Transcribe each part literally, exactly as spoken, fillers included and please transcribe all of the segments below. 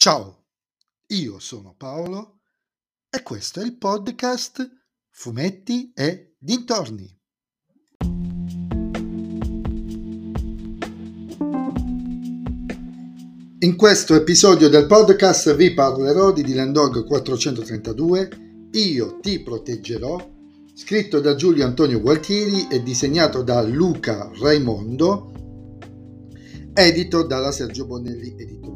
Ciao, io sono Paolo e questo è il podcast Fumetti e Dintorni. In questo episodio del podcast vi parlerò di Dylan Dog quattrocentotrentadue, Io ti proteggerò, scritto da Giulio Antonio Gualtieri e disegnato da Luca Raimondo, edito dalla Sergio Bonelli Editore.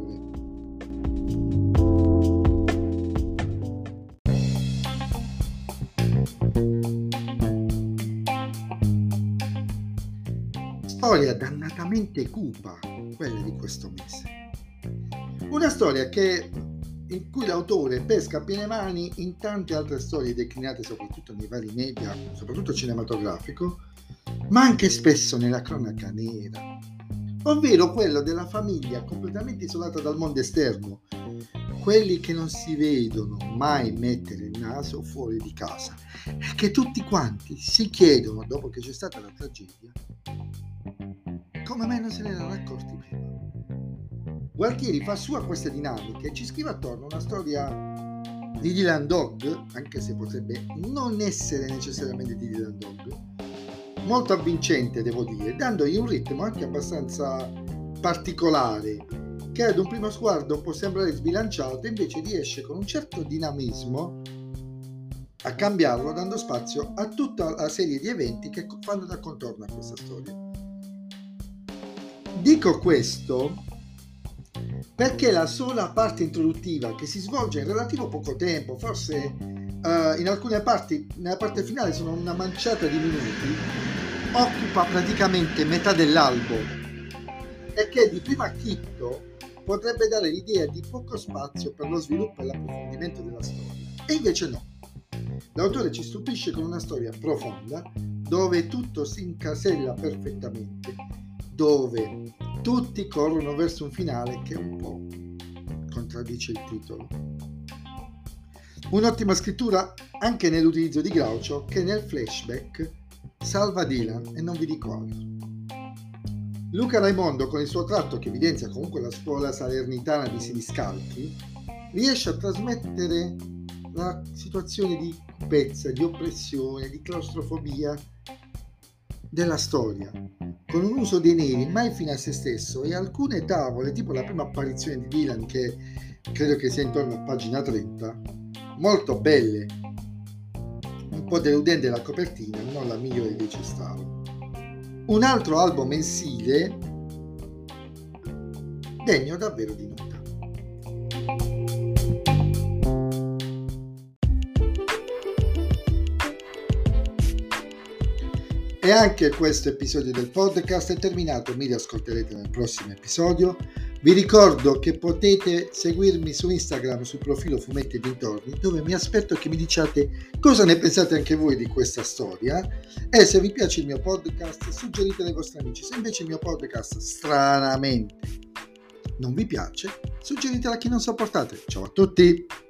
Storia dannatamente cupa, quella di questo mese. Una storia che, in cui l'autore pesca a piene mani in tante altre storie declinate soprattutto nei vari media, soprattutto cinematografico, ma anche spesso nella cronaca nera, ovvero quello della famiglia completamente isolata dal mondo esterno, quelli che non si vedono mai mettere il naso fuori di casa e che tutti quanti si chiedono, dopo che c'è stata la tragedia, come mai non se ne erano accorti prima. Gualtieri fa sua queste dinamiche e ci scrive attorno una storia di Dylan Dog, anche se potrebbe non essere necessariamente di Dylan Dog, molto avvincente devo dire, dandogli un ritmo anche abbastanza particolare, che ad un primo sguardo può sembrare sbilanciato, invece riesce con un certo dinamismo a cambiarlo, dando spazio a tutta la serie di eventi che fanno da contorno a questa storia. Dico questo perché la sola parte introduttiva, che si svolge in relativo poco tempo, forse uh, in alcune parti, nella parte finale sono una manciata di minuti, occupa praticamente metà dell'albo e che di primo acchito potrebbe dare l'idea di poco spazio per lo sviluppo e l'approfondimento della storia. E invece no. L'autore ci stupisce con una storia profonda, dove tutto si incasella perfettamente, dove tutti corrono verso un finale che un po' contraddice il titolo. Un'ottima scrittura anche nell'utilizzo di Groucho, che nel flashback salva Dylan e non vi dico altro. Luca Raimondo, con il suo tratto che evidenzia comunque la scuola salernitana di Siniscalchi, riesce a trasmettere la situazione di cupezza, di oppressione, di claustrofobia della storia, con un uso dei neri mai fine a se stesso e alcune tavole, tipo la prima apparizione di Dylan, che credo che sia intorno a pagina trenta, molto belle, un po' deludente la copertina, non la migliore dei Cestaro. Un altro albo mensile degno davvero di nota. E anche questo episodio del podcast è terminato, mi riascolterete nel prossimo episodio. Vi ricordo che potete seguirmi su Instagram sul profilo Fumetti e Dintorni, dove mi aspetto che mi diciate cosa ne pensate anche voi di questa storia e se vi piace il mio podcast suggeritelo ai vostri amici. Se invece il mio podcast stranamente non vi piace, suggeritelo a chi non sopportate. Ciao a tutti!